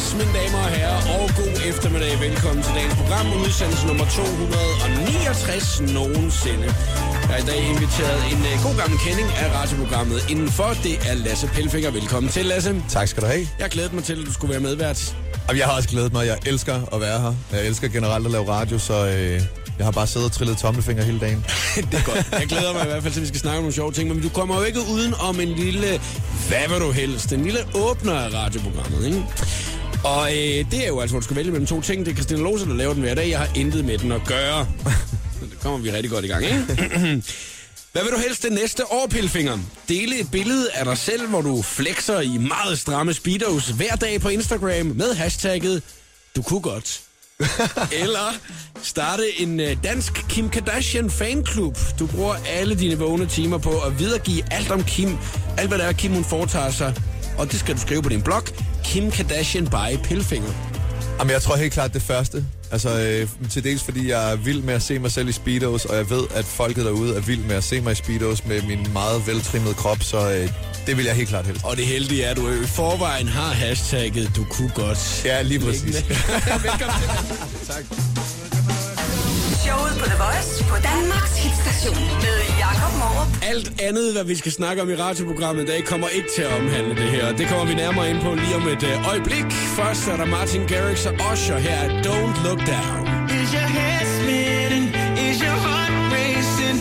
mine damer og herrer, og god eftermiddag. Velkommen til dagens program, udsendelse nummer 269 nogensinde. Jeg har i dag inviteret en god gammel kending af radioprogrammet indenfor. Det er Lasse Pelfinger. Velkommen til, Lasse. Tak skal du have. Jeg glæder mig til, at du skulle være medvært. Jeg har også glædet mig. Jeg elsker at være her. Jeg elsker generelt at lave radio, så jeg har bare siddet og trillet tommelfinger hele dagen. Det er godt. Jeg glæder mig i hvert fald til, at vi skal snakke om nogle sjove ting. Men du kommer jo ikke uden om en lille, hvad vil du helst? En lille åbner af radioprogrammet, ikke? Og det er jo altså, hvor du skal vælge mellem to ting. Det er Christina Lose, der laver den hver dag. Jeg har intet med den at gøre. Det kommer vi rigtig godt i gang, ikke? Hvad vil du helst det næste år, Pelfinger? Dele et billede af dig selv, hvor du flexer i meget stramme speedos hver dag på Instagram med hashtagget du kunne godt. Eller starte en dansk Kim Kardashian fanklub. Du bruger alle dine vågne timer på at videregive alt om Kim. Alt hvad der er, Kim hun foretager sig. Og det skal du skrive på din blog. Kim Kardashian by Pelfinger. Jamen, jeg tror helt klart det første. Altså, til dels fordi jeg er vild med at se mig selv i speedos, og jeg ved, at folket derude er vild med at se mig i speedos med min meget veltrimmede krop, så det vil jeg helt klart helst. Og det heldige er, at du i forvejen har hashtagget du kunne godt. Ja, lige præcis. Velkommen til. Tak. Showet på The Voice på Danmarks hitstation med Jakob Morup. Alt andet, hvad vi skal snakke om i radioprogrammet i dag, kommer ikke til at omhandle det her. Det kommer vi nærmere ind på lige om et øjeblik. Først er der Martin Garrix og Usher her. Don't Look Down. Is your head spinning? Is your heart racing?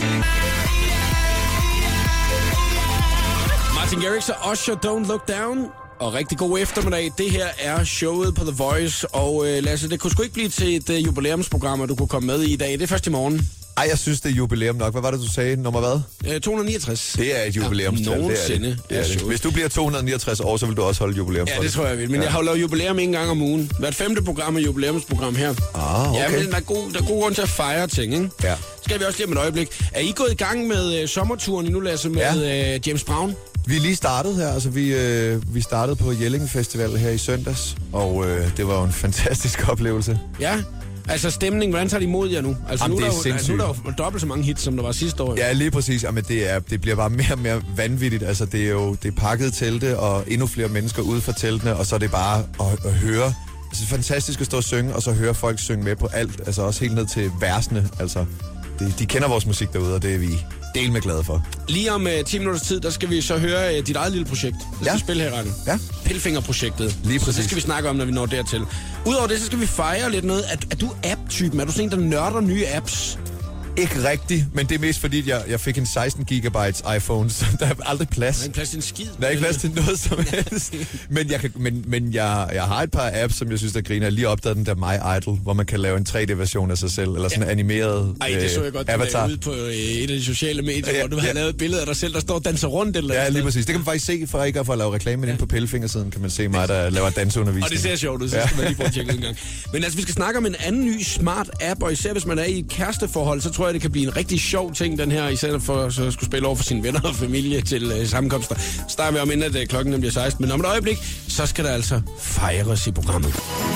Martin Garrix og Usher, Don't Look Down. Og rigtig god eftermiddag. Det her er showet på The Voice. Og Lasse, det kunne sgu ikke blive til et jubilæumsprogram, at du kunne komme med i dag. Det er først i morgen. Ej, jeg synes, det er jubilæum nok. Hvad var det, du sagde? Nummer hvad? 269. Det er et jubilæumstal. Ja, nogensinde. Det er det. Hvis du bliver 269 år, så vil du også holde jubilæum. Ja, det tror jeg vil. Men jeg har jo lavet jubilæum en gang om ugen. Hvert 5. program er jubilæumsprogram her. Okay. Ja, men der er god grund til at fejre ting, ikke? Ja. Skal vi også lige om et øjeblik. Er I gået i gang med sommerturen nu, Lasse, med James Brown? Vi er lige startet her, altså vi startede på Jelling Festival her i søndags, og det var jo en fantastisk oplevelse. Ja, altså stemningen, hvordan tager de imod jer nu? Altså, Jamen, nu det er er der jo dobbelt så mange hits, som der var sidste år. Ja, lige præcis. Jamen, det bliver bare mere og mere vanvittigt. Altså, det er pakket telte, og endnu flere mennesker ude for teltene, og så er det bare at høre. Altså, det er fantastisk at stå og synge, og så høre folk synge med på alt. Altså, også helt ned til versene. Altså, de kender vores musik derude, og det er vi del med glade for. Lige om 10 minutters tid, der skal vi så høre dit eget lille projekt. Det skal spille her i retten. Ja. Pelfinger-projektet. Lige præcis. Så det skal vi snakke om, når vi når dertil. Udover det, så skal vi fejre lidt noget. Er du app-typen? Er du sådan en, der nørder nye apps? Ikke rigtigt, men det er mest fordi, jeg fik en 16 gigabytes iPhone, så der er aldrig plads. Der er ikke plads til en skid. Der er ikke plads til noget som helst. Men jeg har et par apps, som jeg synes, der griner. Jeg lige opdaget den der My Idol, hvor man kan lave en 3D-version af sig selv, eller sådan en animeret det så jeg godt, avatar. Ude på et af de sociale medier, hvor du har lavet et billede af dig selv, der står og danser rundt. Eller ja, lige præcis. Det kan man faktisk se, for ikke at lave reklame inde på Pelfingersiden, kan man se mig, der laver danseundervisning. Og det ser sjovt ud, så skal man lige prøve at tjekke en gang. Men altså, vi skal snakke om en anden ny smart app, og især hvis man er i et kæresteforhold, så tror jeg, det kan blive en rigtig sjov ting, den her, især for så skulle spille over for sine venner og familie til sammenkomster. Starter vi om inden, at klokken bliver 16, men om et øjeblik, så skal der altså fejres i programmet.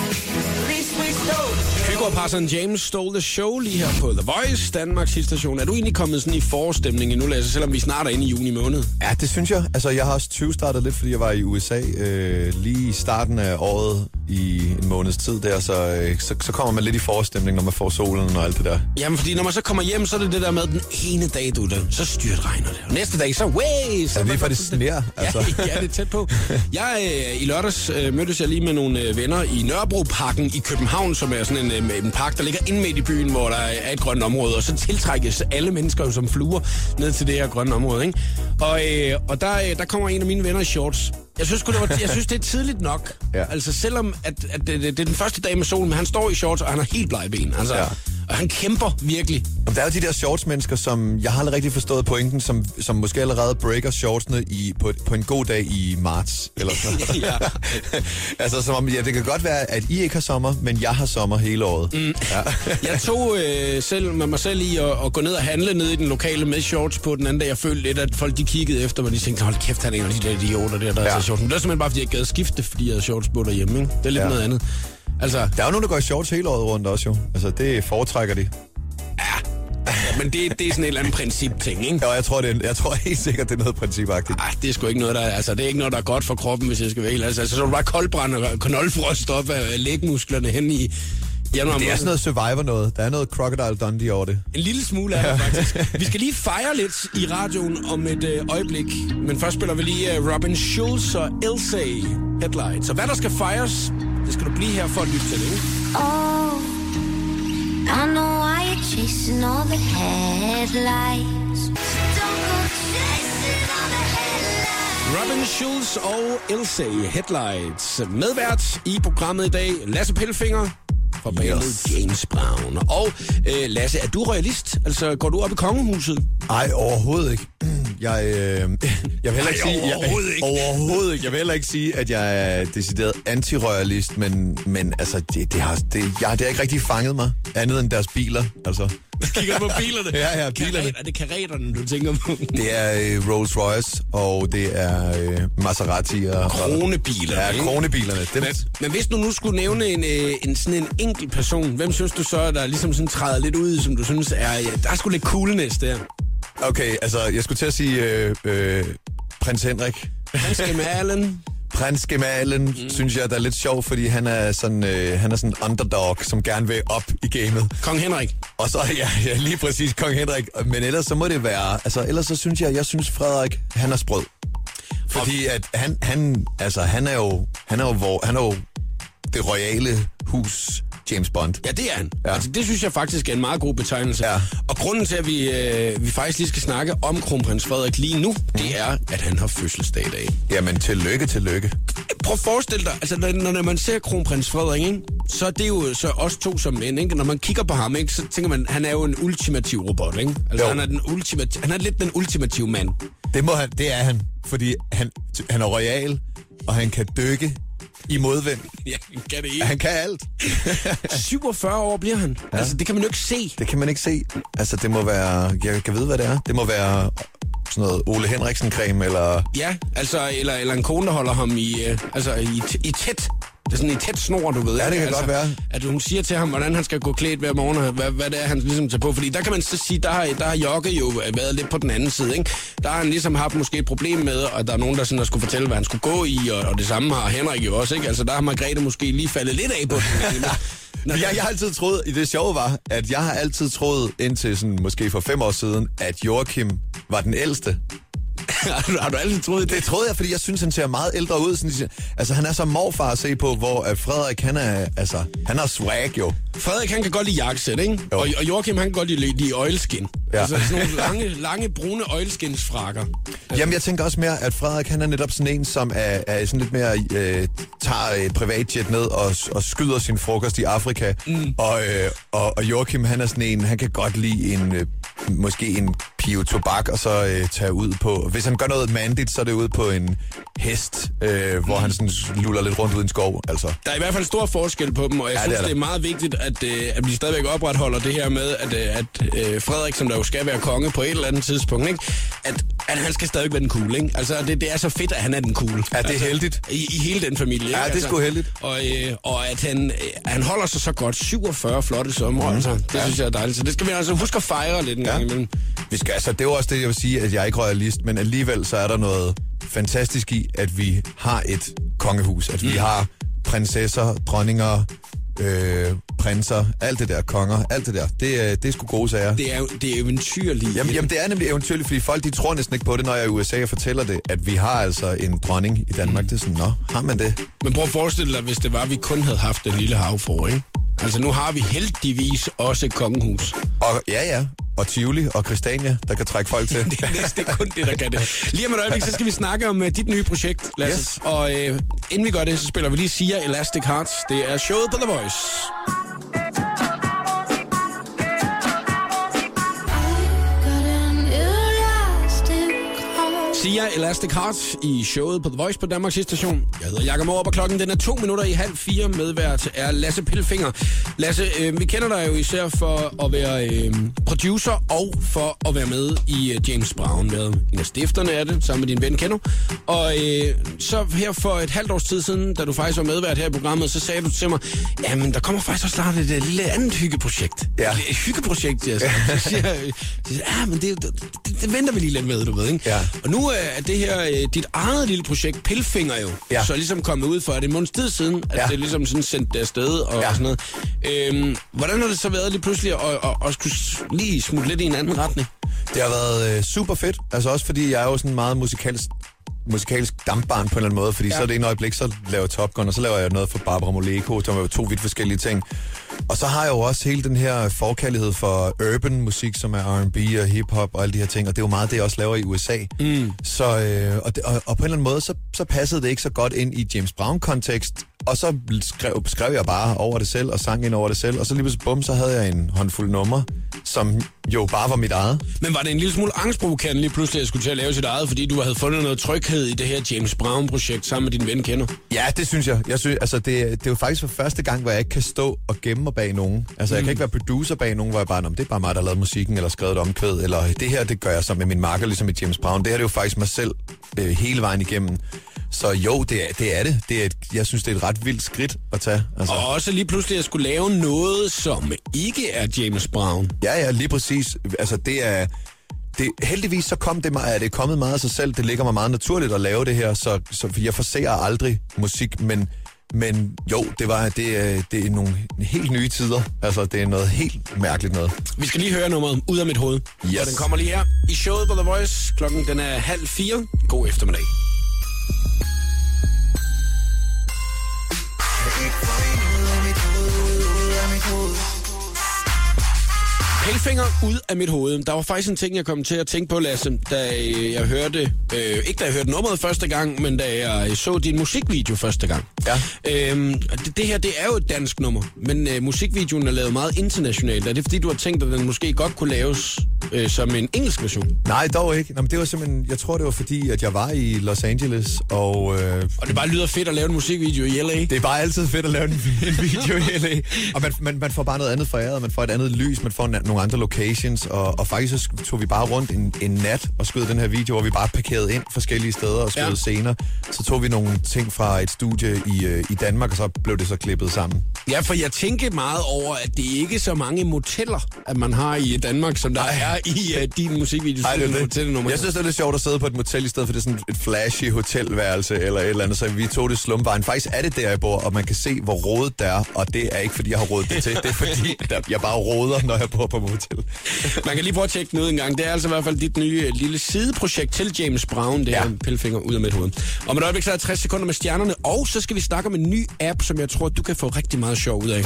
Hugo og Parson James Stole the Show lige her på The Voice, Danmarks hitstation. Er du egentlig kommet sådan i forårsstemning endnu, Lasse, selvom vi snart er inde i juni måned? Ja, det synes jeg. Altså, jeg har også 20-startet lidt, fordi jeg var i USA lige i starten af året i en måneds tid der, så kommer man lidt i forårsstemning, når man får solen og alt det der. Jamen, fordi når man så kommer hjem, så er det det der med, den ene dag, så styrtregner det. Og næste dag, så så ja, lige for det sner, altså. Ja, det er tæt på. I lørdags mødtes jeg lige med nogle venner i Nørrebroparken i København, som er sådan en park, der ligger inde midt i byen, hvor der er et grønt område, og så tiltrækkes alle mennesker jo som fluer ned til det her grønne område, ikke? Og der kommer en af mine venner i shorts. Jeg synes det er tidligt nok. Ja. Altså selvom at det er den første dag med solen, men han står i shorts, og han har helt blege ben. Altså, ja. Og han kæmper virkelig. Jamen, der er jo de der shortsmennesker, som jeg har aldrig rigtig forstået pointen, som måske allerede breaker shortsene på en god dag i marts. Eller sådan. Ja. Altså som om, ja, det kan godt være, at I ikke har sommer, men jeg har sommer hele året. Ja. Jeg tog selv med mig selv i at gå ned og handle ned i den lokale med shorts på den anden dag. Jeg følte lidt, at folk de kiggede efter mig, de tænkte, hold kæft, han er en af de der idioter der er shorts. Men det er simpelthen bare, fordi jeg gad skifte, fordi jeg havde shorts på derhjemme. Ikke? Det er lidt noget andet. Altså, der er jo nogen, der går i shorts hele året rundt også jo. Altså, det foretrækker de. men det er sådan en eller anden princip-ting, ikke? Ja, jeg tror helt sikkert, det er noget principagtigt. Ej, det er sgu ikke noget, det er ikke noget, der er godt for kroppen, hvis jeg skal være helt. Altså, så er du bare koldbrand og knoldfrost op af lægmusklerne hen i januar. Det er sådan noget Survivor noget. Der er noget Crocodile Dundee over det. En lille smule af det, faktisk. Vi skal lige fejre lidt i radioen om et øjeblik. Men først spiller vi lige Robin Schulz og Ilse Headlights. Og hvad der skal fejres, det skal du blive her for at lytte til det, ikke? Oh, I know why you're chasing all the headlights. Don't go chasing all the headlights. Robin Schulz og Ilse Headlights. Medvært i programmet i dag, Lasse Pellefinger fra bandet James Brown. Og Lasse, er du royalist? Altså, går du op i kongehuset? Nej, overhovedet ikke. Jeg vil heller ikke sige... Overhovedet ikke. Jeg vil heller ikke sige, at jeg er decideret anti-royalist, men altså, det har ikke rigtig fanget mig. Andet end deres biler, altså. Kigger på bilerne? Ja, bilerne. Er det kareterne, du tænker på? Det er Rolls Royce, og det er Maserati og... Kronebiler. Ja, kronebilerne. Men hvis du nu skulle nævne sådan en enkelt person, hvem synes du så, der ligesom sådan træder lidt ud, som du synes er... Ja, der er sgu lidt coolness der. Okay, altså, jeg skulle til at sige Prins Henrik. Prins Gemalen, synes jeg, der er lidt sjov, fordi han er sådan underdog, som gerne vil op i gamet. Kong Henrik. Og så, ja, lige præcis, Kong Henrik. Men ellers så må det være, altså, ellers så synes jeg Frederik, han er sprød. Fordi at han er jo det royale hus James Bond. Ja, det er han. Ja. Altså, det synes jeg faktisk er en meget god betegnelse. Ja. Og grunden til, at vi faktisk lige skal snakke om kronprins Frederik lige nu, det er, at han har fødselsdag i dag. Jamen, tillykke. Prøv at forestille dig, altså, når man ser kronprins Frederik, ikke, så er det jo så os to som mænd, ikke? Når man kigger på ham, ikke, så tænker man, han er jo en ultimativ robot, ikke? Altså, han er lidt den ultimative mand. Det er han, fordi han er royal, og han kan dykke i modvind. Ja, han kan det ikke. Han kan alt. 47 år bliver han. Ja. Altså, det kan man jo ikke se. Det kan man ikke se. Altså, det må være... Jeg kan vide, hvad det er. Det må være sådan noget Ole Henriksen-creme, eller... Ja, altså, eller en kone, der holder ham i tæt... Det er sådan en tæt snor, du ved. Ja, det kan godt være. At hun siger til ham, hvordan han skal gå klædt hver morgen, og hvad det er, han ligesom tager på. Fordi der kan man så sige, der har Jokke jo været lidt på den anden side, ikke? Der har han ligesom haft måske et problem med, og der er nogen, der sådan skulle fortælle, hvad han skulle gå i, og det samme har Henrik jo også, ikke? Altså, der har Margrethe måske lige faldet lidt af på den. Jeg har altid troet, det sjove var, at jeg har altid troet, indtil sådan, måske for 5 år siden, at Joachim var den ældste. Har du altid troet det? Det troede jeg, fordi jeg synes, han ser meget ældre ud. Sådan, altså, han er så morfar at se på, hvor Frederik, han har swag, jo. Frederik, han kan godt lide jakkesæt, ikke? Og Joachim, han kan godt lide oilskin. Ja. Altså sådan nogle lange brune oilskinsfrakker. Jamen, jeg tænker også mere, at Frederik, han er netop sådan en, som er sådan lidt mere, tager et privatjet ned og skyder sin frokost i Afrika. Mm. Og Joachim, han er sådan en, han kan godt lide måske en pio tobak, og så tage ud på... Hvis han gør noget mandigt, så er det ud på en hest, hvor han sådan luller lidt rundt ud i en skov, altså. Der er i hvert fald stor forskel på dem, og jeg synes, det er meget vigtigt, at vi stadigvæk opretholder det her med, at Frederik, som der jo skal være konge på et eller andet tidspunkt, ikke? At han skal stadigvæk være den cool, ikke? Altså, det er så fedt, at han er den cool. Ja, det er heldigt. I hele den familie, ikke? Ja, det er sgu heldigt. Og at han holder sig så godt 47 flotte sommer, altså. Det synes jeg er dejligt. Så det skal vi altså huske at fejre lidt en gang imellem. Vi skal, altså, det er jo også det, jeg vil sige, at jeg er ikke royalist, men alligevel så er der noget fantastisk i, at vi har et kongehus. At vi har prinsesser, dronninger, prinser, alt det der, konger, alt det der. Det er sgu gode sager. Det er eventyrligt. Jamen, det er nemlig eventyrligt, fordi folk, de tror næsten ikke på det, når jeg er i USA og fortæller det, at vi har altså en dronning i Danmark. Det er sådan, har man det? Men prøv at forestille dig, hvis det var, at vi kun havde haft den lille havfor, ikke? Altså, nu har vi heldigvis også et kongehus. Og ja. Og Tivoli og Christiania, der kan trække folk til. Det er næsten kun det, der kan det. Lige om et øjeblik, så skal vi snakke om dit nye projekt, Lasse. Yes. Og inden vi gør det, så spiller vi lige Sia Elastic Hearts. Det er showet på The Voice. Sia Elastic Heart i showet på The Voice på Danmarks station. Jeg hedder Jakob Morup, og klokken den er 2:03. Medvært er Lasse Pilfinger. Lasse, vi kender dig jo især for at være producer og for at være med i James Brown. Med en af stifterne af det, sammen med din ven Kenno. Og så her for et halvt års tid siden, da du faktisk var medvært her i programmet, så sagde du til mig, jamen der kommer faktisk også snart et lille andet hyggeprojekt. Ja. Et hyggeprojekt, ja. Så siger jeg, men det venter vi lige lidt med, du ved, ikke? Ja. Og nu er det her, dit eget lille projekt, Pilfinger jo, så ligesom kommet ud for det en måneds tid siden, at det ligesom sådan sendt det afsted og sådan noget. Hvordan har det så været lige pludselig at skulle lige smutte lidt i en anden retning? Det har været super fedt, altså også fordi jeg er jo sådan meget musikalsk dampbarn på en eller anden måde, fordi så er det en øjeblik, så laver jeg Top Gun, og så laver jeg noget for Barbara Moleko, som er jo 2 vidt forskellige ting. Og så har jeg jo også hele den her forkærlighed for urban musik, som er R&B og hip-hop og alle de her ting, og det er jo meget det, jeg også laver i USA. Så, og på en eller anden måde, så passede det ikke så godt ind i James Brown-kontekst, og så skrev jeg bare over det selv, og sang ind over det selv, og så lige pludselig, bum, så havde jeg en håndfuld numre, som jo bare var mit eget. Men var det en lille smule angstprovokerende lige pludselig, at jeg skulle til at lave sit eget, fordi du havde fundet noget tryghed i det her James Brown-projekt sammen med din ven Kenno? Ja, det synes jeg. Jeg synes, altså, det er jo faktisk for første gang, hvor jeg ikke kan stå og gemme mig bag nogen. Altså, jeg kan ikke være producer bag nogen, hvor jeg bare, det er bare mig, der har lavet musikken, eller skrevet et omkvæd, eller det her, det gør jeg så med min makker, ligesom i James Brown. Det her det er jo faktisk mig selv hele vejen igennem. Så jo, det er det. Jeg synes, det er et ret vildt skridt at tage. Altså. Og også lige pludselig at skulle lave noget, som ikke er James Brown. Ja, lige præcis. Altså, heldigvis så er det kommet meget af sig selv. Det ligger mig meget naturligt at lave det her, så jeg forser aldrig musik, men jo, det er nogle helt nye tider. Altså, det er noget helt mærkeligt noget. Vi skal lige høre nummeret Ud af mit hoved. Yes. Og den kommer lige her i showet på The Voice. Klokken den er 3:30. God eftermiddag. Pilfinger ud af mit hoved. Der var faktisk en ting, jeg kom til at tænke på, Lasse, da jeg hørte, ikke da jeg hørte nummeret første gang, men da jeg så din musikvideo første gang. Ja. Det her, det er jo et dansk nummer, men musikvideoen er lavet meget internationalt. Er det fordi, du har tænkt, at den måske godt kunne laves som en engelsk version? Nej, dog ikke. Nå, men det var simpelthen, jeg tror, det var fordi, at jeg var i Los Angeles, og det bare lyder fedt at lave en musikvideo i LA? Det er bare altid fedt at lave en video i LA. Og man får bare noget andet foræret, man får et andet lys, man får nogle andre locations, og faktisk så tog vi bare rundt en nat og skød den her video, hvor vi bare parkerede ind forskellige steder og skød scener. Så tog vi nogle ting fra et studie i Danmark, og så blev det så klippet sammen. Ja, for jeg tænker meget over, at det ikke er så mange moteller, at man har i Danmark, som der er i din musikvideo. Jeg synes, det er lidt sjovt at sidde på et motel, i stedet for det sådan et flashy hotelværelse eller et eller andet, så vi tog det slumvejen. Faktisk er det der, jeg bor, og man kan se, hvor rodet der er, og det er ikke, fordi jeg har rodet det til. Det er, fordi jeg bare roder, når jeg bor på motel. Man kan lige prøve at tjekke den ud en gang. Det er altså i hvert fald dit nye lille sideprojekt til James Brown. Det er Pilfinger ud af mit hoved. Og med et øjeblik så er 60 sekunder med stjernerne, og så skal vi snakke om en ny app, som jeg tror, du kan få rigtig meget sjov ud af.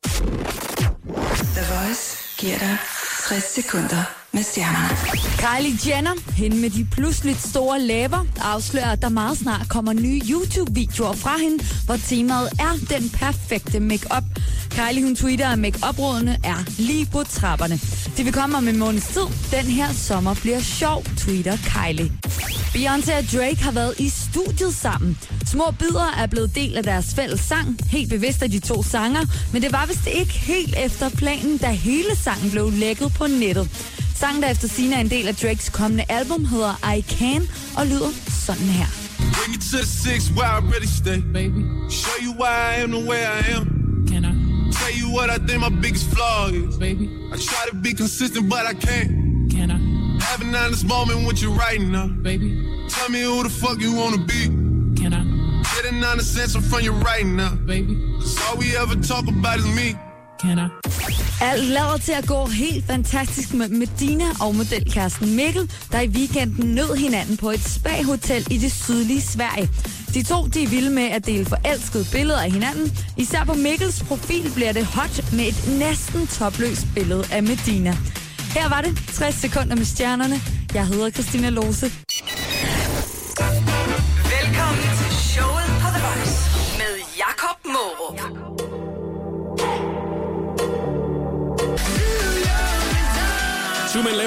The Voice giver dig 60 sekunder med stjernerne. Kylie Jenner, hende med de pludseligt store læber, afslører, at der meget snart kommer nye YouTube-videoer fra hende, hvor temaet er den perfekte make-up. Kylie, hun tweeter, at make-up-rådene er lige på trapperne. Det vil komme om en måneds tid. Den her sommer bliver sjov, tweeter Kylie. Beyoncé og Drake har været i studiet sammen. Små bidder er blevet del af deres fælles sang, helt bevidst af de to sanger, men det var vist ikke helt efter planen, da hele sangen blev lækket på nettet. Sangen, der efter sigende er en del af Drakes kommende album, hedder I Can og lyder sådan her. Bring it to the 6 where I really stay, baby. Show you why I am the way I am. Can I tell you what I think my biggest flaw is, baby? I try to be consistent, but I can't. Can I have an honest moment with you right now, baby? Tell me who the fuck you wanna be. Can I get an honest answer from you right now, baby? 'Cause all we ever talk about is me. Alt lader til at gå helt fantastisk med Medina og modelkæresten Mikkel, der i weekenden nød hinanden på et spa-hotel i det sydlige Sverige. De to de er vilde med at dele forelskede billeder af hinanden. Især på Mikkels profil bliver det hot med et næsten topløst billede af Medina. Her var det 60 sekunder med stjernerne. Jeg hedder Christina Lose. Velkommen til showet på The Voice med Jakob Morup. Two Men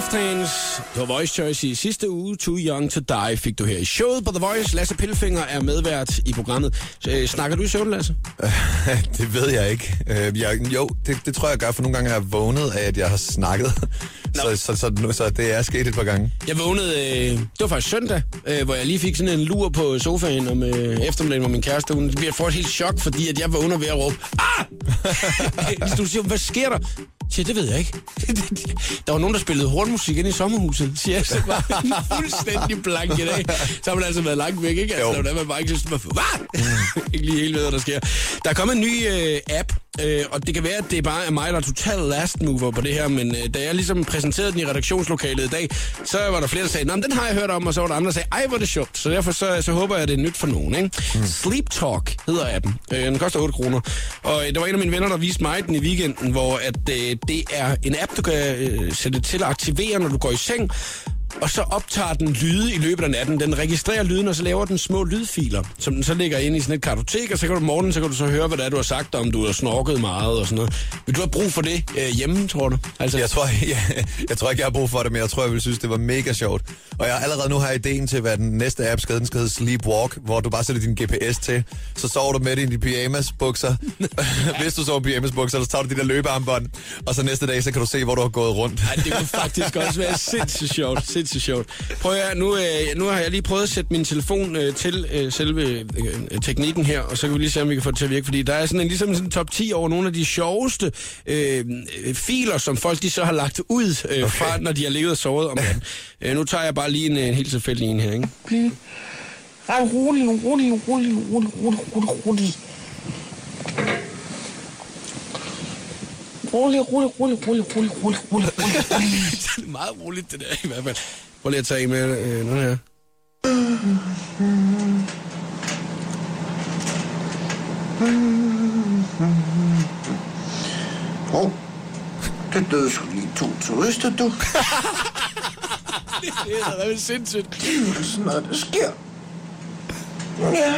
Deftones. Det var Voice Choice i sidste uge. Too Young to Die fik du her i showet på The Voice. Lasse Pilfinger er medvært i programmet. Snakker du i søvn, Lasse? Det ved jeg ikke. Det tror jeg gør, for nogle gange har jeg vågnet af, at jeg har snakket. Så det er sket et par gange. Jeg vågnede, det var faktisk søndag, hvor jeg lige fik sådan en lur på sofaen om eftermiddagen, hvor min kæreste, hun bliver for et helt chok, fordi at jeg vågner ved at råbe, du siger, hvad sker der? Siger, det ved jeg ikke. Der var nogen, der spillede hornmusik inde i sommerhuset. Siger jeg, så var fuldstændig blank i dag. Så har man altså været langt væk, ikke? Altså, der man bare ikke synes, ikke lige helt ved, hvad der sker. Der er kommet en ny app, og det kan være, at det bare er mig, der er total last mover på det her, men da jeg ligesom præsenterede den i redaktionslokalet i dag, så var der flere, der sagde, den har jeg hørt om, og så var der andre, der sagde, ej, hvor er det sjovt. Så derfor så håber jeg, at det er nyt for nogen, ikke? Sleep Talk hedder appen. Den koster 8 kroner. Og der var en af mine venner, der viste mig den i weekenden, hvor at det er en app, du kan sætte til at aktivere, når du går i seng. Og så optager den lyde i løbet af natten. Den registrerer lyden, og så laver den små lydfiler, som den så lægger ind i sådan et kartotek, og så kan du om morgenen, så kan du så høre, hvad det er, du har sagt, om du har snorket meget og sådan noget. Vil du have brug for det hjemme, tror du? Altså... Jeg tror ikke, jeg har brug for det, men jeg tror, jeg vil synes, det var mega sjovt. Og jeg allerede nu har ideen til, hvad den næste app skal. Den skal hedde Sleepwalk, hvor du bare sætter din GPS til. Så sover du med det i de pyjamasbukser. Hvis du sover i pyjamasbukser, så tager du de der løbearmbånd. Og så næste dag, så kan du se, hvor du har gået rundt. Ej, det kunne faktisk også være sindssygt sjovt. Prøv at nu har jeg lige prøvet at sætte min telefon til selve teknikken her, og så kan vi lige se, om vi kan få det til at virke, fordi der er sådan en top 10 over nogle af de sjoveste filer, som folk de så har lagt ud fra, når de har ligget og sovet om natten. Nu tager jeg bare lige en helt tilfældig en her, ikke? Rolig. Det er meget roligt, det der i hvert fald. Prøv lige at tage en med nu her. Det døde sgu lige 2 turister, du. Det er da sindssygt. Det er sådan noget, der sker. Ja.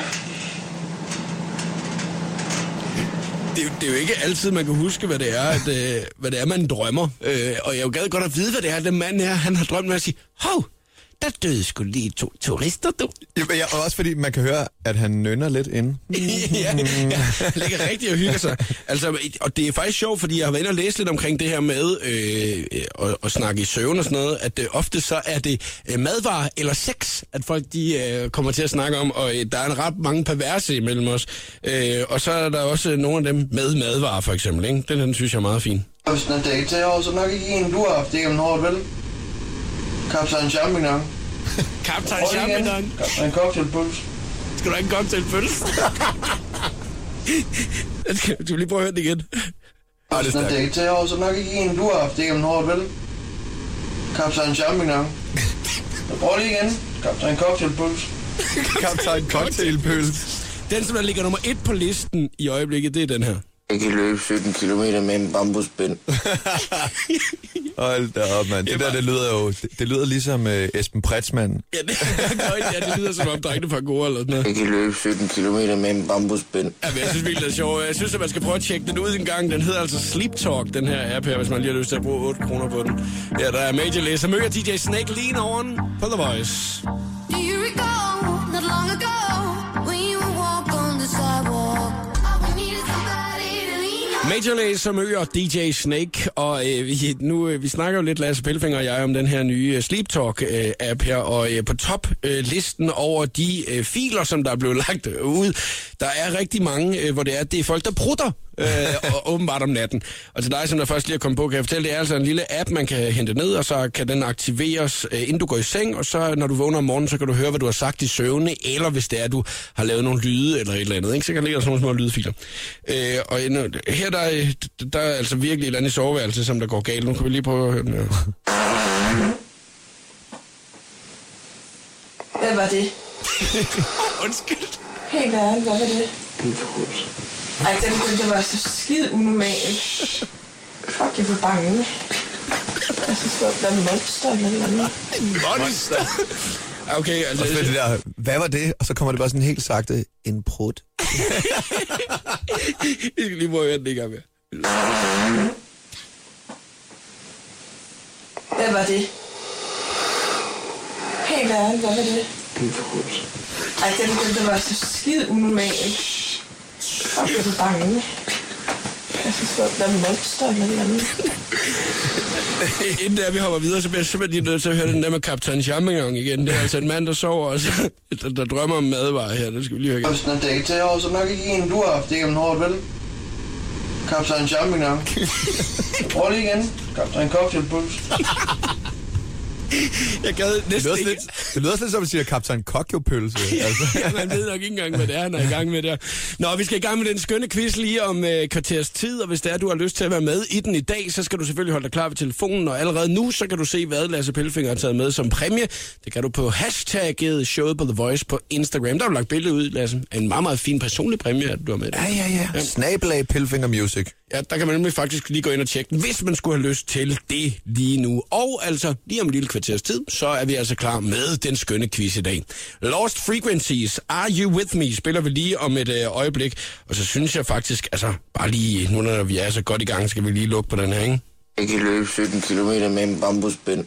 Det er jo ikke altid, man kan huske, hvad det er, man drømmer. Og jeg jo gad godt at vide, hvad det er, den mand her, han har drømt med at sige, hov, der døde sgu lige 2 turister, du. Ja, og også fordi man kan høre, at han nynner lidt inde. ja, han ligger rigtig og hygger sig. Altså, og det er faktisk sjovt, fordi jeg har været inde og læse lidt omkring det her med at snakke i søvn og sådan noget, at ofte så er det madvarer eller sex, at folk de kommer til at snakke om, og der er en ret mange perverse imellem os. Og så er der også nogle af dem med madvarer, for eksempel, ikke? Den synes jeg er meget fin. Hvis den er dag til år, så nok ikke en, du har haft igennem hårdt, vel? Kaptajn Champignon. Kaptajn Champignon. En cocktailpølse. Skal du have en cocktailpølse? Du lige prøve at høre den igen. Hvis den er dag til år, så nok ikke en, du har haft igennem hårdt, vel? Kaptajn Champignon. Prøv lige igen. Kaptajn Cocktailpølse. Kaptajn Cocktailpølse. Den, som der ligger nummer 1 på listen i øjeblikket, det er den her. Jeg kan løbe 17 kilometer med en bambusbind. Hold da op, mand. Det lyder ligesom Esben Pretzmann. Ja, det lyder som om drengene fra Goa eller sådan noget. Jeg kan løbe 17 kilometer med en bambusbind. Ja, men jeg synes virkelig, det er sjovt. Jeg synes, at man skal prøve at tjekke den ud en gang. Den hedder altså Sleep Talk, den her app her, hvis man lige har lyst til at bruge 8 kroner på den. Ja, der er Major Lazer. Så møder DJ Snake Lean over den på The Voice. Do you recall, not long ago, when you would walk on the sidewalk? All we needed somebody to lean on. Major Lazer møder DJ Snake, og vi snakker jo lidt, Lasse Pilfinger og jeg, om den her nye Sleep Talk-app her, og på top-listen over de filer, som der er blevet lagt ud, der er rigtig mange, hvor det er folk, der prutter, og åbenbart om natten. Og til dig, som der først lige er kommet på, kan jeg fortælle, det er altså en lille app, man kan hente ned, og så kan den aktiveres, inden du går i seng, og så når du vågner om morgenen, så kan du høre, hvad du har sagt i søvne, eller hvis det er, du har lavet nogle lyde eller et eller andet, ikke? Så kan der ligge sådan nogle små lydfiler. Og her der er altså virkelig et eller andet soveværelse, som der går galt. Nu kan vi lige prøve at høre den her. Hvad var det? Undskyld. Helt ærligt, hvad var det? Ej, det var så skide unormalt. Fuck, jeg blev bange. Jeg synes, det var en monster eller noget. Monster? Okay, altså... Og det der, hvad var det? Og så kommer det bare sådan helt sagte, en prut. Vi skal lige prøve at høre den en gang mere. Hvad var det? Helt ærligt, hvad var det? Det er forbrydelse. Ej, den begyndte at være så skide unormal. Fuck, jeg er bange. Jeg synes, der er monster eller noget andet. Inden vi hopper videre, så bliver jeg simpelthen lige nødt til at høre den der med Kaptajn Champignon igen. Det er altså en mand, der sover, og der drømmer om madvarer her. Det skal vi lige høre igen. Hvis den er dag til år, så nok ikke en, du har haft igennem hårdt, vel? Kaptajn Champignon. Prøv lige igen. Kaptajn Cocktailpuls. Jeg gad næsten ikke... Det lyder lidt som, at man siger Kaptajn Kokjopølse. Altså. Ja, man ved nok ikke engang, hvad det er, han er i gang med der. Nå, vi skal i gang med den skønne quiz lige om kvarters tid, og hvis det er, du har lyst til at være med i den i dag, så skal du selvfølgelig holde dig klar ved telefonen, og allerede nu, så kan du se, hvad Lasse Pelfinger har taget med som præmie. Det kan du på hashtagget showet på The Voice på Instagram. Der har du lagt billedet ud, Lasse. En meget, meget fin personlig præmie, at du har med det. Ja. Snabelag Pelfinger Music. Ja, der kan man nemlig faktisk lige gå ind og tjekke den, hvis man skulle have lyst til det lige nu. Og altså, lige om en lille kvarters tid, så er vi altså klar med den skønne quiz i dag. Lost Frequencies, Are You With Me, spiller vi lige om et øjeblik. Og så synes jeg faktisk, altså bare lige, nu når vi er så godt i gang, skal vi lige lukke på den her, ikke? Jeg kan løbe 17 kilometer med en bambusbind.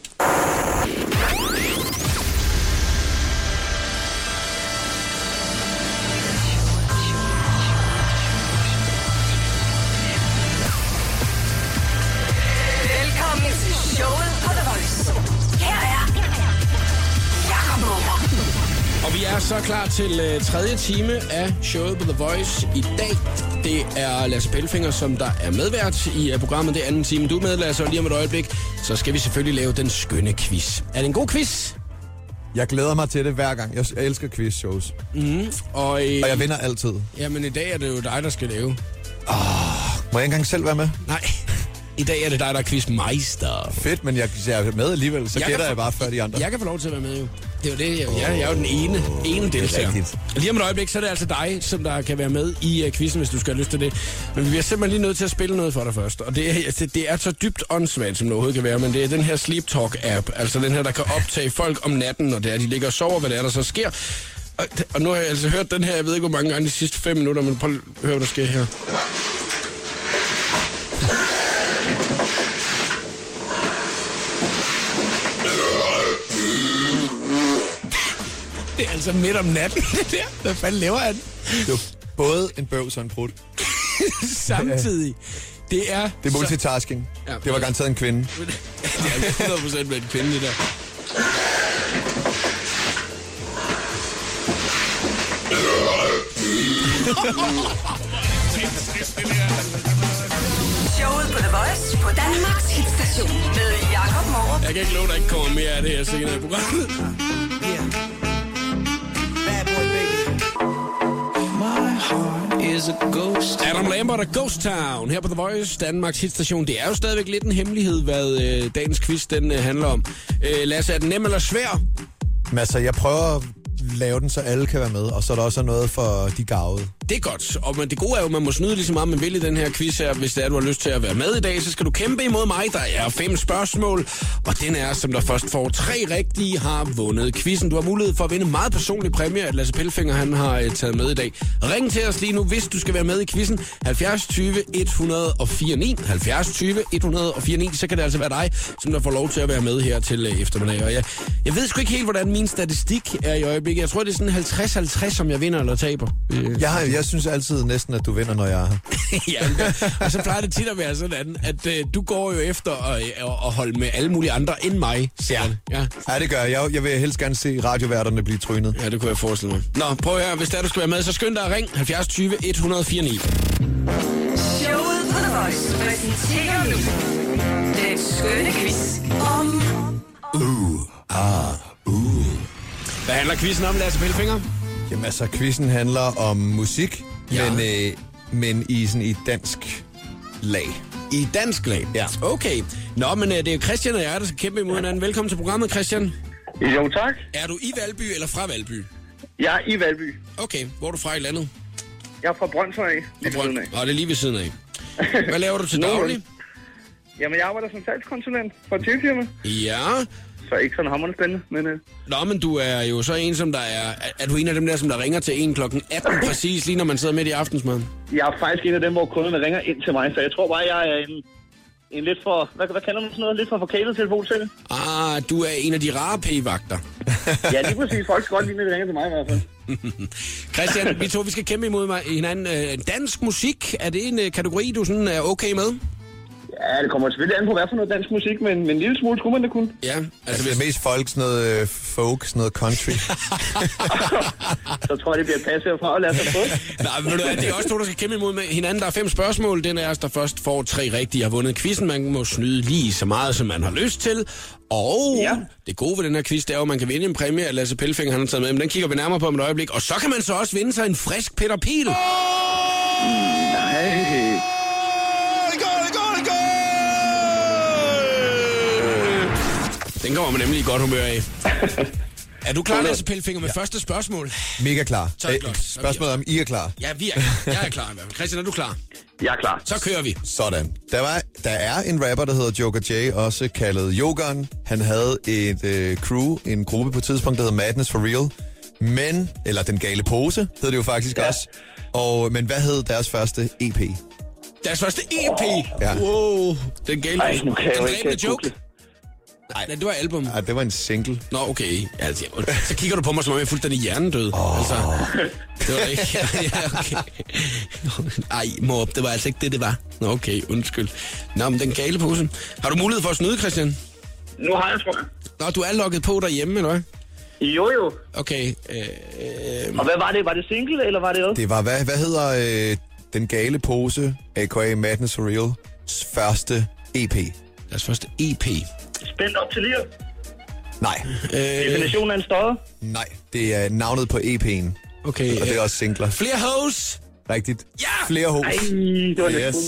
Så klar til tredje time af showet på The Voice i dag. Det er Lasse Pelfinger, som der er medvært i programmet. Det er anden time. Du er med, Lasse, og lige om et øjeblik, så skal vi selvfølgelig lave den skønne quiz. Er det en god quiz? Jeg glæder mig til det hver gang. Jeg elsker quiz-shows. Og jeg vinder altid. Jamen, i dag er det jo dig, der skal lave. Må jeg ikke engang selv være med? Nej. I dag er det dig, der er quizmeister. Fedt, men jeg er med alligevel, så gætter jeg bare før de andre. Jeg kan få lov til at være med, jo. Det er jo det, jeg er jo den ene deltager. Lige om et øjeblik, så er det altså dig, som der kan være med i quizzen, hvis du skal have lyst til det. Men vi bliver simpelthen lige nødt til at spille noget for dig først. Og det er så dybt åndssvagt, som det overhovedet kan være, men det er den her Sleep Talk-app. Altså den her, der kan optage folk om natten, når det er, de ligger og sover, hvad det er, der så sker. Og nu har jeg altså hørt den her, jeg ved ikke, hvor mange gange de sidste 5 minutter, men prøv at høre, hvad der sker her. Det er altså midt om natten, det der. Hvad fanden laver han? Det er både en bøvs og en prut. Samtidig. Det er multitasking. Ja, det var garanteret en kvinde. Det er 100% med en kvinde, det der. Showet på The Voice på Danmarks hitstation med Jakob Morup. Jeg kan ikke love, der ikke kommer mere af det her senere i programmet. Adam Lambert og Ghost Town her på The Voice, Danmarks hitstation. Det er jo stadigvæk lidt en hemmelighed, hvad dagens quiz den handler om. Lasse, er den nem eller svær? Men altså, jeg prøver at lave den, så alle kan være med, og så er der også noget for de gavede. Det er godt, og det gode er jo, at man må snyde lige så meget, man vil i den her quiz her. Hvis det er, du har lyst til at være med i dag, så skal du kæmpe imod mig. Der er 5 spørgsmål, og den er, som der først får 3 rigtige, har vundet quizzen. Du har mulighed for at vinde meget personlig præmie, at Lasse Pelfinger han har taget med i dag. Ring til os lige nu, hvis du skal være med i quizzen. 70 20 104 9. 70 20 104 9. Så kan det altså være dig, som der får lov til at være med her til eftermiddag. Og jeg ved sgu ikke helt, hvordan min statistik er i øjeblikket. Jeg tror, det er sådan 50-50, om jeg vinder eller taber. Jeg synes altid næsten, at du vinder, når jeg er her. Ja, og så plejer det tit at være sådan, at du går jo efter at holde med alle mulige andre end mig. Ja, det gør jeg. Jeg vil helst gerne se radioværterne blive trynet. Ja, det kunne jeg forestille mig. Nå, prøv her. Hvis der du skal være med, så skynd dig at ring 70 20 104 9. Showet på The Voice præsenterer nu den skønne quiz om... Hvad handler quizzen om, Lasse Pelfinger? Jamen altså, quizzen handler om musik, ja. men i dansk lag. I dansk lag? Ja. Okay. Nå, men det er jo Christian og jeg, der skal kæmpe imod hinanden. Velkommen til programmet, Christian. Jo, tak. Er du i Valby eller fra Valby? Jeg er i Valby. Okay. Hvor er du fra i landet? Jeg er fra Brøndshøj, lige ved siden af. Det er lige ved siden af. Hvad laver du til daglig? Jamen, jeg arbejder som salgskonsulent for et firma. Ja. Så ikke sådan hammerende spændende, men... Nå, men du er jo så en, som der er... Er du en af dem der, som der ringer til 1 klokken 18 præcis, lige når man sidder midt i aftensmaden? Jeg er faktisk en af dem, hvor kunderne ringer ind til mig, så jeg tror bare, jeg er en lidt for... Hvad kalder man sådan noget? Lidt for forkælet telefonsælger. Du er en af de rare p-vagter. Ja, lige præcis. Folk skal godt lide, når de ringer til mig i hvert fald. Christian, vi skal kæmpe imod hinanden. Dansk musik, er det en kategori, du sådan er okay med? Ja, det kommer selvfølgelig an på, hvad for noget dansk musik, men en lille smule skulle man det kunne. Ja, altså det er mest folk, sådan noget folk, sådan noget country. Så tror jeg, det bliver passet herfra og lade sig få. Nej, men det er også to, der skal kæmpe imod med hinanden. Der er 5 spørgsmål. Den er os, der først får 3 rigtige, har vundet quizzen. Man må snyde lige så meget, som man har lyst til. Og det gode ved den her quiz, det er jo, at man kan vinde en præmie, at Lasse Pelfinger han har taget med. Men den kigger vi nærmere på om et øjeblik. Og så kan man så også vinde sig en frisk Peter Pihl. Nej. Den kommer man nemlig i godt humør af. Er du klar, Lasse Pelfinger, med første spørgsmål? Mega klar. Spørgsmålet om I er klar. Ja, jeg er klar. Christian, er du klar? Jeg er klar. Så kører vi. Sådan. Der er en rapper, der hedder Joker J, også kaldet Jokeren. Han havde et crew, en gruppe på et tidspunkt, der hedder Madness for Real. Eller Den Gale Pose, hed det jo faktisk også. Men hvad hed deres første EP? Deres første EP? Ja. Wow. Den Gale Pose. Den dræbende joke? Nej, det var album. Nej, det var en single. Nå, okay. Altså, så kigger du på mig, som om jeg er fuldstændig hjernedød. Altså, det var ikke... Ja, okay. Ej, mor, det var altså ikke det var. Nå, okay, undskyld. Nå, men Den Gale Pose. Har du mulighed for at snyde, Christian? Nu har jeg, tror jeg. Nå, du er logget på derhjemme, eller hvad? Jo. Okay. Og hvad var det? Var det single, eller var det også? Det var, hvad hedder Den Gale Pose, a.k.a. Madness for Real, første EP? Deres første EP. Spændt op til lige. Nej. Definitionen af en støder? Nej, det er navnet på EP'en. Okay. Og det er også singler. Flere hoes. Rigtigt. Ja! Flere hoes. Ej, det var lidt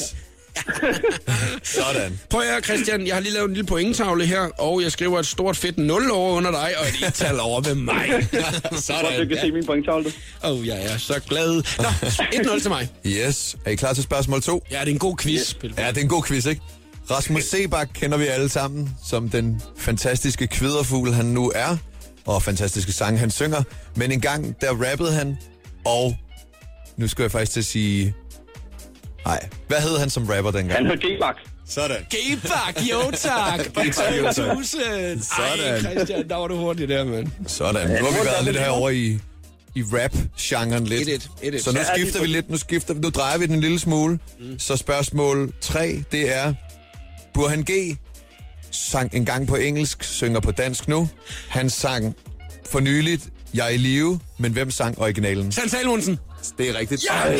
Sådan. Prøv at høre, Christian. Jeg har lige lavet en lille pointtavle her, og jeg skriver et stort fedt 0 over under dig, og et tal over ved mig. Sådan. Du kan se min pointtavle. Jeg er så glad. Nå, 1-0 til mig. Yes. Er I klar til spørgsmål 2? Ja, det er en god quiz. Ja, det er en god quiz, ikke? Rasmus Seebach kender vi alle sammen som den fantastiske kvidderfugl, han nu er, og fantastiske sange, han synger. Men en gang, der rappede han, og nu skal jeg faktisk til at sige... Nej, hvad hed han som rapper dengang? Han hed G-Bach. Sådan. G-Bach, jo tak. G-Bach, jo tak. Sådan. Sådan. Ej, Christian, der var du hurtigt der, mand. Sådan. Nu har vi været lidt herovre i rap-genren lidt. 1-1. Så nu skifter vi lidt. Nu drejer vi den en lille smule. Så spørgsmål 3, det er... Burhan G sang en gang på engelsk, synger på dansk nu. Han sang for nyligt Jeg er i live, men hvem sang originalen? Sanne Salomonsen. Det er rigtigt. Ja.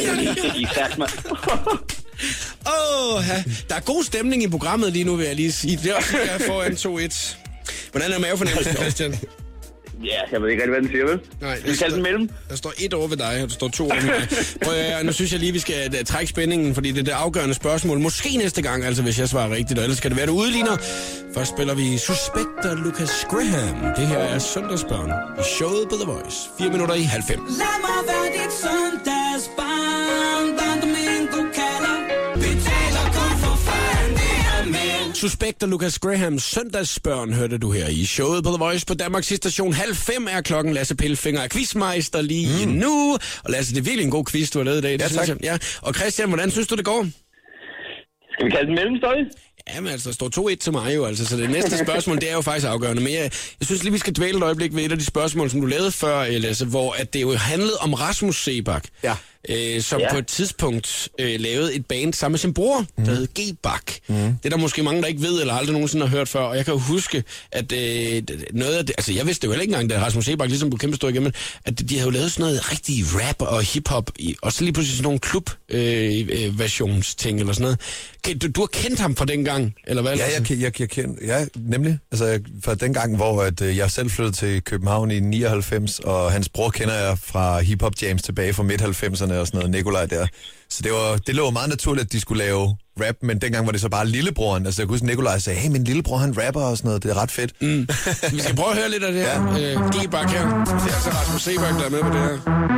Der er god stemning i programmet lige nu, vil jeg lige sige. Det er også, at jeg får en 2-1. Hvordan er mavefornemmelsen, Christian? Ja, jeg ved ikke rigtig, hvad den siger, vel? Nej, vi kalder den mellem. Der står 1 over ved dig, og der står 2 over ved mig. Prøv at, nu synes jeg lige, vi skal trække spændingen, fordi det er det afgørende spørgsmål. Måske næste gang, altså hvis jeg svarer rigtigt, og ellers skal det være, du udligner. Først spiller vi Suspector Lucas Graham. Det her er Søndagsbørn i showet på The Voice. 4 minutter i 90. Lad mig være dit søndagsbarn, Don Domingo kalder. Betaler kun for fan, det er mænd. Suspector Lucas Graham, Søndagsbørn, hørte du her i showet på The Voice på Danmarks station. 4:30 er klokken. Lasse Pelfinger er quizmeister lige nu. Og Lasse, det er virkelig en god quiz, du har lavet i dag. Det synes jeg. Ja. Og Christian, hvordan synes du, det går? Skal vi kalde den mellemstøj? Jamen altså, der står 2-1 til mig jo, altså, så det næste spørgsmål, det er jo faktisk afgørende. Men jeg synes lige, vi skal dvæle et øjeblik ved et af de spørgsmål, som du lavede før, Lasse, hvor at det jo handlede om Rasmus Seebach, som på et tidspunkt lavede et band sammen med sin bror, der hed G-Bach. Det er der måske mange, der ikke ved, eller aldrig nogensinde har hørt før, og jeg kan jo huske, at noget af det, altså jeg vidste jo heller ikke engang, da Rasmus Seebach ligesom blev kæmpe stor igennem, at de havde jo lavet sådan noget rigtig rap og hiphop, og så lige pludselig sådan nogle klub-versions-ting eller sådan noget. Du har kendt ham fra dengang, eller hvad? Ja, jeg kender, ja, nemlig. Altså fra den gang, hvor at, jeg selv flyttede til København i 99, og hans bror kender jeg fra hiphop jams tilbage fra midt-90'erne og sådan noget, Nikolaj der. Så det lå meget naturligt, at de skulle lave rap, men dengang var det så bare lillebroren. Altså jeg kunne huske, Nikolaj sagde, hey, min lillebror han rapper og sådan noget, det er ret fedt. Vi skal prøve at høre lidt af det her. G-Bach her. Det er altså Rasmus Seebach, der er med på det her.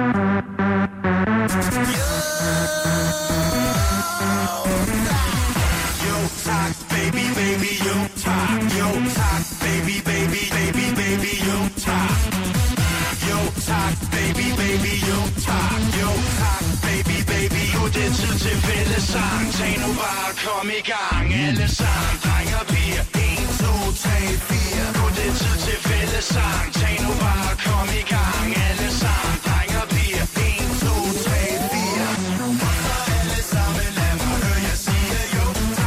Tak, baby, baby, jo tak. Jo tak, baby, baby, baby, baby, jo tak. Jo tak, baby, baby, jo tak. Jo tak, baby, baby, jo det er tid til fællesang. Tag nu bare, kom i gang. Alle sammen, dreng og piger. 1, 2, 3, 4. Nu det er tid til fællesang. Tag nu bare, kom i gang. Alle sammen, dreng og piger. 1, 2, 3, 4. Alle sammen, lad mig høre jer sige jo.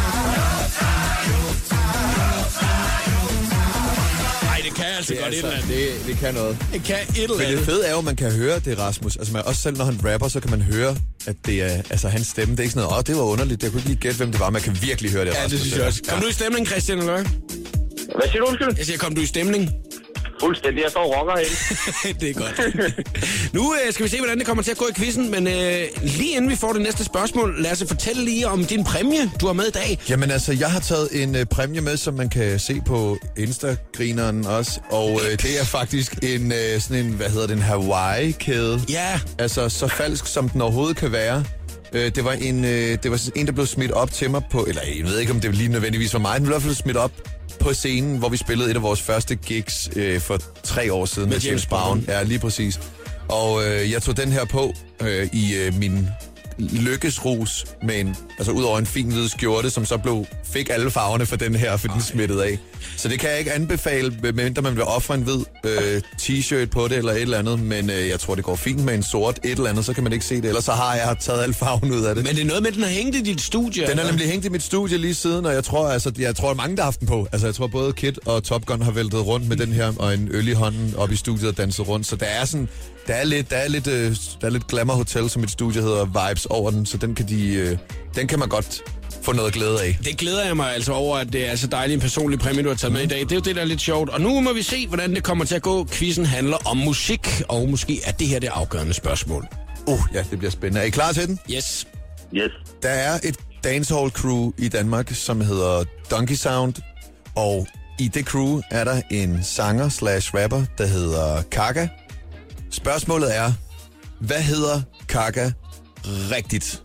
Nej, det kan altså godt et eller andet. Det kan noget. Det kan et eller Men andet. det fede er jo, at man kan høre det, Rasmus. Altså også selv når han rapper, så kan man høre, at det er altså hans stemme. Det er ikke sådan noget, det var underligt. Jeg kunne ikke lige gætte, hvem det var. Man kan virkelig høre det, Ja, Rasmus. det synes jeg også. Kom du i stemning, Christian, eller hvad? Hvad siger du, undskyld? Jeg siger, kom du i stemning? Fuldstændig, jeg står og rocker herinde. Det er godt. Nu skal vi se, hvordan det kommer til at gå i quizzen, men lige inden vi får det næste spørgsmål, lad os fortælle lige om din præmie, du har med i dag. Jamen altså, jeg har taget en præmie med, som man kan se på Instagrineren også, og det er faktisk en sådan en, hvad hedder det, en Hawaii-kæde. Ja. Altså, så falsk som den overhovedet kan være. Det var en, der blev smidt op til mig på, eller jeg ved ikke, om det lige nødvendigvis var mig, den blev i hvert fald smidt op på scenen, hvor vi spillede et af vores første gigs for 3 år siden med James Brown. Ja, lige præcis. Og jeg tog den her på i min lykkesrus med en, altså ud over en fin hvid skjorte, som så fik alle farverne for den her, for den smittede af. Så det kan jeg ikke anbefale, medmindre man vil ofre en hvid t-shirt på det eller et eller andet, men jeg tror, det går fint med en sort et eller andet, så kan man ikke se det, ellers så har jeg taget alle farven ud af det. Men det er noget med, at den har hængt i dit studie? Den er nemlig hængt i mit studie lige siden, og jeg tror mange, der har haft den på. Altså, jeg tror både Kid og Top Gun har væltet rundt med den her, og en øl i hånden op i studiet og danset rundt, så der er sådan... Der er lidt Glamour Hotel, som et studie hedder, vibes over den, så den kan man godt få noget glæde af. Det glæder jeg mig altså over, at det er så dejlig en personlig præmie, du har taget med i dag. Det er jo det, der er lidt sjovt. Og nu må vi se, hvordan det kommer til at gå. Quizzen handler om musik, og måske er det her det afgørende spørgsmål. Ja, det bliver spændende. Er I klar til den? Yes. Yes. Der er et dancehall crew i Danmark, som hedder Donkey Sound, og i det crew er der en sanger/rapper, der hedder Kaka. Spørgsmålet er, hvad hedder Kaka rigtigt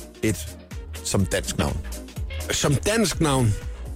som dansk navn? Som dansk navn?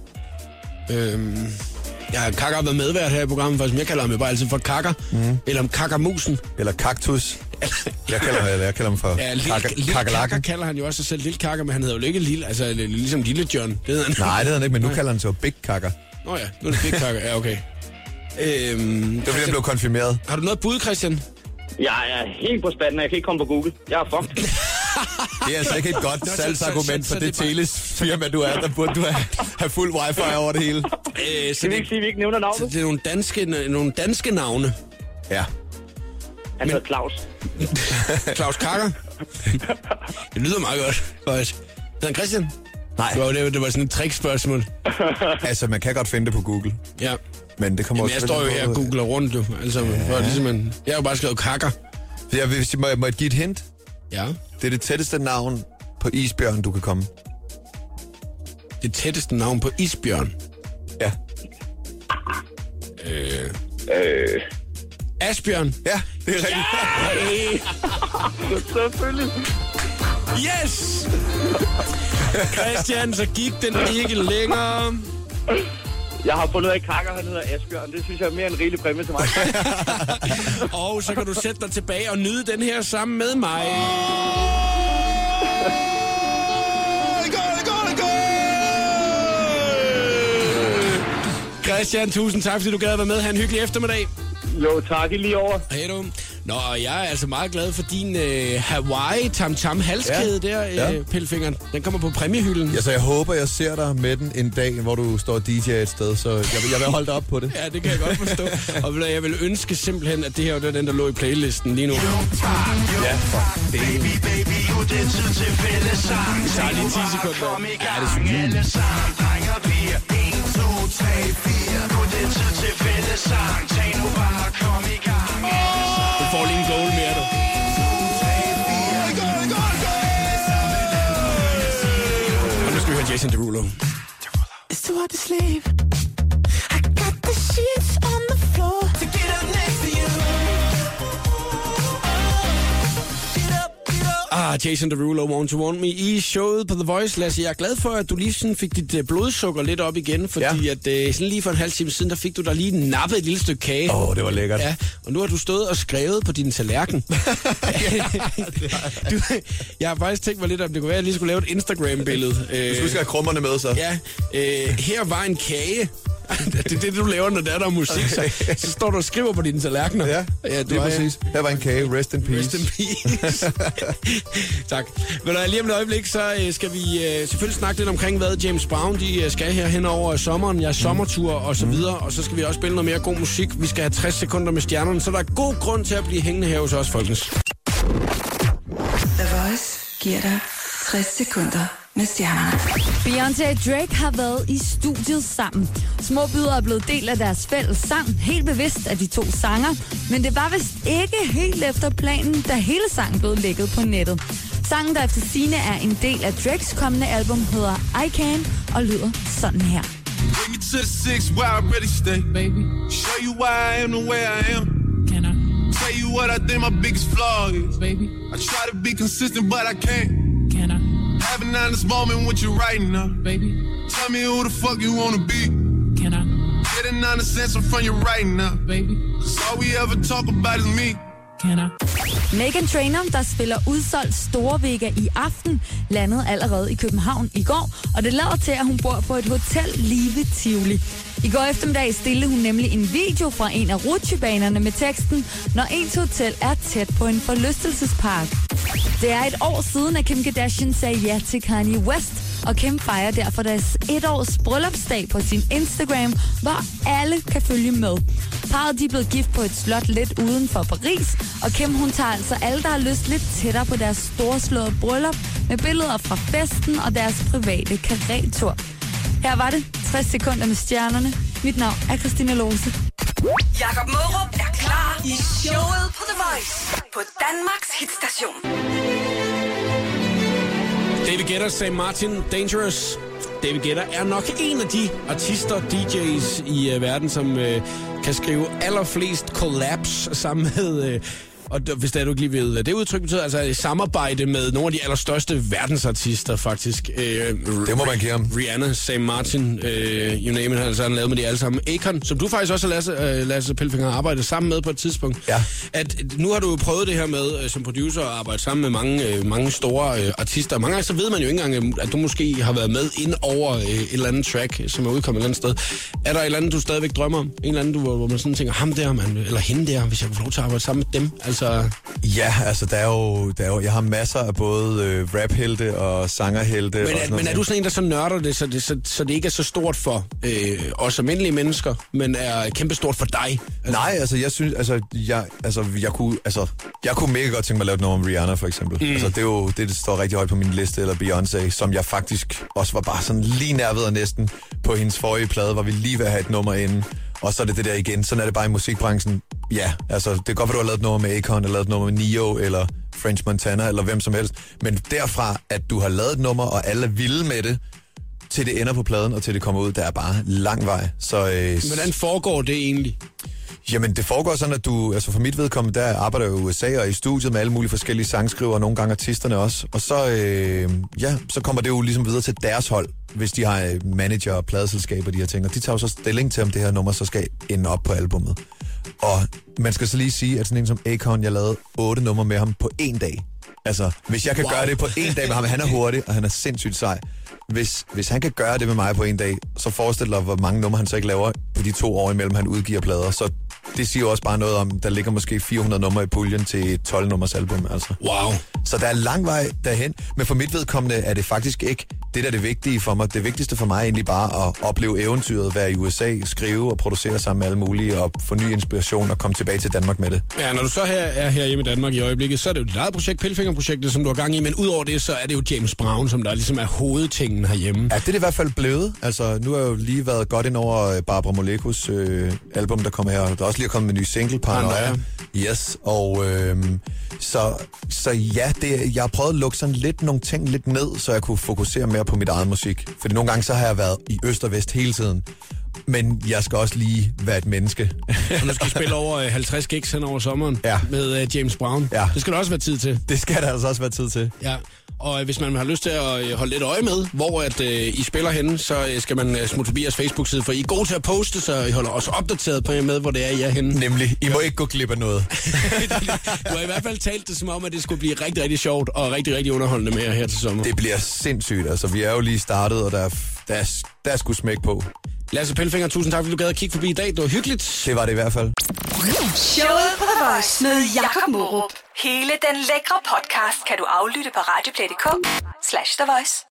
Kaka har været medvært her i programmet, for jeg kalder ham jo bare altid for Kaka. Eller Kakamusen. Eller Kaktus. Jeg kalder ham for Kaka kalder han jo også sig selv Lille Kaka, men han hedder jo ikke Lille, altså ligesom Lille John. Det hedder han. Nej, det hedder han ikke, men nu kalder han sig Big Kaka. Nå ja, nu er det Big Kaka. Ja, okay. Det var fordi, han blev konfirmeret. Har du noget bud, Christian? Jeg er helt på spanden, og jeg kan ikke komme på Google. Jeg er fucked. Det er altså ikke et godt salgsargument for det telefirma, du er. Der burde du have fuld wifi over det hele. Kan vi ikke sige, at vi ikke nævner navnet? Det er nogle danske navne. Ja. Han hedder Claus. Claus Kaka? Det lyder meget godt. Hedder han Christian? Nej. Det var sådan et trickspørgsmål. Altså, man kan godt finde det på Google. Ja. Men det kommer jeg står jo her og googler rundt, du. Altså, ligesom jeg har jo bare skrevet Kaka. Må jeg give et hint? Ja. Det er det tætteste navn på isbjørn, du kan komme. Det tætteste navn på isbjørn? Ja. Asbjørn? Ja, det er rigtigt. Selvfølgelig. Yes! Christian, så gik den ikke længere. Jeg har fundet ud af, at Kaka, han hedder Asbjørn. Det synes jeg er mere en rigelig præmie til mig. Og så kan du sætte dig tilbage og nyde den her sammen med mig. Christian, tusind tak, fordi du gad at være med. Ha' en hyggelig eftermiddag. Jo, tak i lige over. Hej du. Nå, jeg er altså meget glad for din Hawaii tam-tam halskæde Pelfingeren. Den kommer på præmiehylden. Ja, så jeg håber, jeg ser dig med den en dag, hvor du står DJ et sted, så jeg vil holde dig op på det. Ja, det kan jeg godt forstå. Og jeg vil ønske simpelthen, at det her var den, der lå i playlisten lige nu. Ja, baby, jo det er tid til fællesang. Vi tager lige 10 sekunder. Ja, det synes jeg. Alle sammen, dreng og piger. 1, 2, 3, 4. Nu det er tid til fællesang. Tag nu bare, kom i gang. Du får lige en goal mere, du. Og nu skal vi høre Jason Derulo. It's too hard to sleep. I got the sheets on the floor to get up next to you. Jason Derulo, Want to Want Me i showet på The Voice. Lasse, jeg er glad for, at du lige sådan fik dit blodsukker lidt op igen, fordi at sådan lige for en halv time siden, der fik du der lige nappet et lille stykke kage. Det var lækkert. Ja, og nu har du stået og skrevet på din tallerken. Jeg har faktisk tænkt mig lidt, om det kunne være, at jeg lige skulle lave et Instagram-billede. Du skulle have krummerne med, så. Ja, her var en kage. Det er det, du laver, når der er musik. Så står du og skriver på dine tallerkener. Ja, det er præcis. Her var en kage. Rest in peace. Rest in peace. Tak. Men lige om et øjeblik, så skal vi selvfølgelig snakke lidt omkring, hvad James Brown de skal her hen over sommeren. Sommertur og så videre. Og så skal vi også spille noget mere god musik. Vi skal have 60 sekunder med stjernerne, så der er god grund til at blive hængende her hos os, folkens. The Voice giver dig 60 sekunder med stjernerne. Beyoncé og Drake har været i studiet sammen. Småbyder er blevet del af deres fælles sang, helt bevidst af de to sanger, men det var vist ikke helt efter planen, da hele sangen blev lækket på nettet. Sangen, der efter sigende er en del af Drakes kommende album, hedder I Can og lyder sådan her. Bring me to the 6 where I really stay, baby. Show you why I am the way I am. Can I tell you what I think my biggest flaw is, baby? I try to be consistent, but I can't. Can I have an honest moment with you right now, baby? Tell me who the fuck you wanna be. Can I get an honest answer from you right now, baby? 'Cause all we ever talk about is me. Meghan Trainor, der spiller udsolgt Storvega i aften, landede allerede i København i går, og det lader til, at hun bor på et hotel lige ved Tivoli. I går eftermiddag stillede hun nemlig en video fra en af rutsjebanerne med teksten, når ens hotel er tæt på en forlystelsespark. Det er et år siden, at Kim Kardashian sagde ja til Kanye West, og Kim fejrer derfor deres 1-års bryllupsdag på sin Instagram, hvor alle kan følge med. Parret de er blevet gift på et slot lidt uden for Paris, og Kim hun tager altså alle, der har lyst, lidt tættere på deres storslåede bryllup med billeder fra festen og deres private kareltur. Her var det 60 sekunder med stjernerne. Mit navn er Christina Lose. Jakob Mårup er klar i showet på The Voice på Danmarks hitstation. David Guetta, Sam Martin, Dangerous. David Guetta er nok en af de artister, DJ's i verden, som kan skrive allerflest collabs sammen med... Og hvis det er, du ikke lige ved, det udtryk betyder altså et samarbejde med nogle af de allerstørste verdensartister, faktisk. Det må man give ham. Rihanna, Sam Martin, you name it, altså han lavet med de alle sammen. Akon, som du faktisk også har Lasse Pelfinger har arbejdet sammen med på et tidspunkt. Ja. At nu har du jo prøvet det her med som producer at arbejde sammen med mange store artister. Mange gange så ved man jo ikke engang, at du måske har været med ind over et eller andet track, som er udkommet et eller andet sted. Er der et eller andet, du stadigvæk drømmer om? En eller anden, hvor man sådan tænker, ham der, man, eller hende der, hvis jeg får lov til at arbejde sammen med dem? Altså... Ja, altså der er jo jeg har masser af både raphelte og sangerhelte. Men er du sådan en, der så nørder det, så det ikke er så stort for os almindelige mennesker, men er kæmpestort for dig? Altså. Nej, altså jeg synes, jeg kunne mega godt tænke mig at lave et nummer om Rihanna for eksempel. Altså det er jo det står rigtig højt på min liste, eller Beyoncé, som jeg faktisk også var bare sådan lige nærved næsten på hendes forrige plade, hvor vi lige vil have et nummer inde. Og så er det der igen. Sådan er det bare i musikbranchen. Ja, altså det er godt, at du har lavet et nummer med Akon, eller lavet et nummer med Neo, eller French Montana, eller hvem som helst. Men derfra, at du har lavet et nummer, og alle er vilde med det, til det ender på pladen, og til det kommer ud, der er bare lang vej. Så, hvordan foregår det egentlig? Jamen, det foregår sådan, at du, altså for mit vedkommende, der arbejder jeg i USA og i studiet med alle mulige forskellige sangskrivere, og nogle gange artisterne også. Og så, så kommer det jo ligesom videre til deres hold, hvis de har manager og pladeselskaber, de her ting. Og de tager jo så stilling til, om det her nummer så skal ende op på albummet. Og man skal så lige sige, at sådan en som Akon, jeg lavede 8 numre med ham på 1 dag. Altså, hvis jeg kan gøre det på 1 dag med ham, han er hurtig, og han er sindssygt sej. Hvis han kan gøre det med mig på 1 dag, så forestil dig, hvor mange numre han så ikke laver på de 2 år imellem, han udgiver plader. Så det siger også bare noget om, der ligger måske 400 numre i puljen til et 12-nummers album. Altså. Wow. Så der er lang vej derhen, men for mit vedkommende er det faktisk ikke det, der er det vigtige for mig. Det vigtigste for mig er egentlig bare at opleve eventyret, være i USA, skrive og producere sammen med alle mulige, og få ny inspiration og komme tilbage til Danmark med det. Ja, når du så er her hjemme i Danmark i øjeblikket, så er det jo dit eget projekt, Pelfinger-projektet, som du har gang i, men udover det, så er det jo James Brown, som der ligesom er hovedtingen herhjemme. Ja, det er det i hvert fald blevet. Altså, nu har jeg jo lige været godt ind over Barbara Molekos album, der kommer her. Der er også lige kommet med en ny single, Paranoia. Yes, og så ja, jeg har prøvet at lukke sådan nogle ting lidt ned, så jeg kunne fokusere mere på mit eget musik. Fordi nogle gange så har jeg været i øst og vest hele tiden. Men jeg skal også lige være et menneske. Og du skal spille over 50 gigs hen over sommeren med James Brown. Ja. Det skal der også være tid til. Det skal der altså også være tid til. Ja. Og hvis man har lyst til at holde lidt øje med, hvor at, I spiller henne, så skal man smutte forbi jeres Facebook-side, for I er gode til at poste, så I holder også opdateret på jer med, hvor det er, I er henne. Nemlig. I må ikke gå glip af noget. Du har i hvert fald talt det som om, at det skulle blive rigtig, rigtig sjovt og rigtig, rigtig underholdende med jer her til sommer. Det bliver sindssygt. Altså, vi er jo lige startet, og der er sgu smæk på. Lasse Pelfinger, tusind tak, fordi du gad at kigge forbi i dag. Det var hyggeligt. Det var det i hvert fald. Showet på The Voice med Jakob Morup. Hele den lækre podcast kan du aflytte på radioplay.dk/The Voice.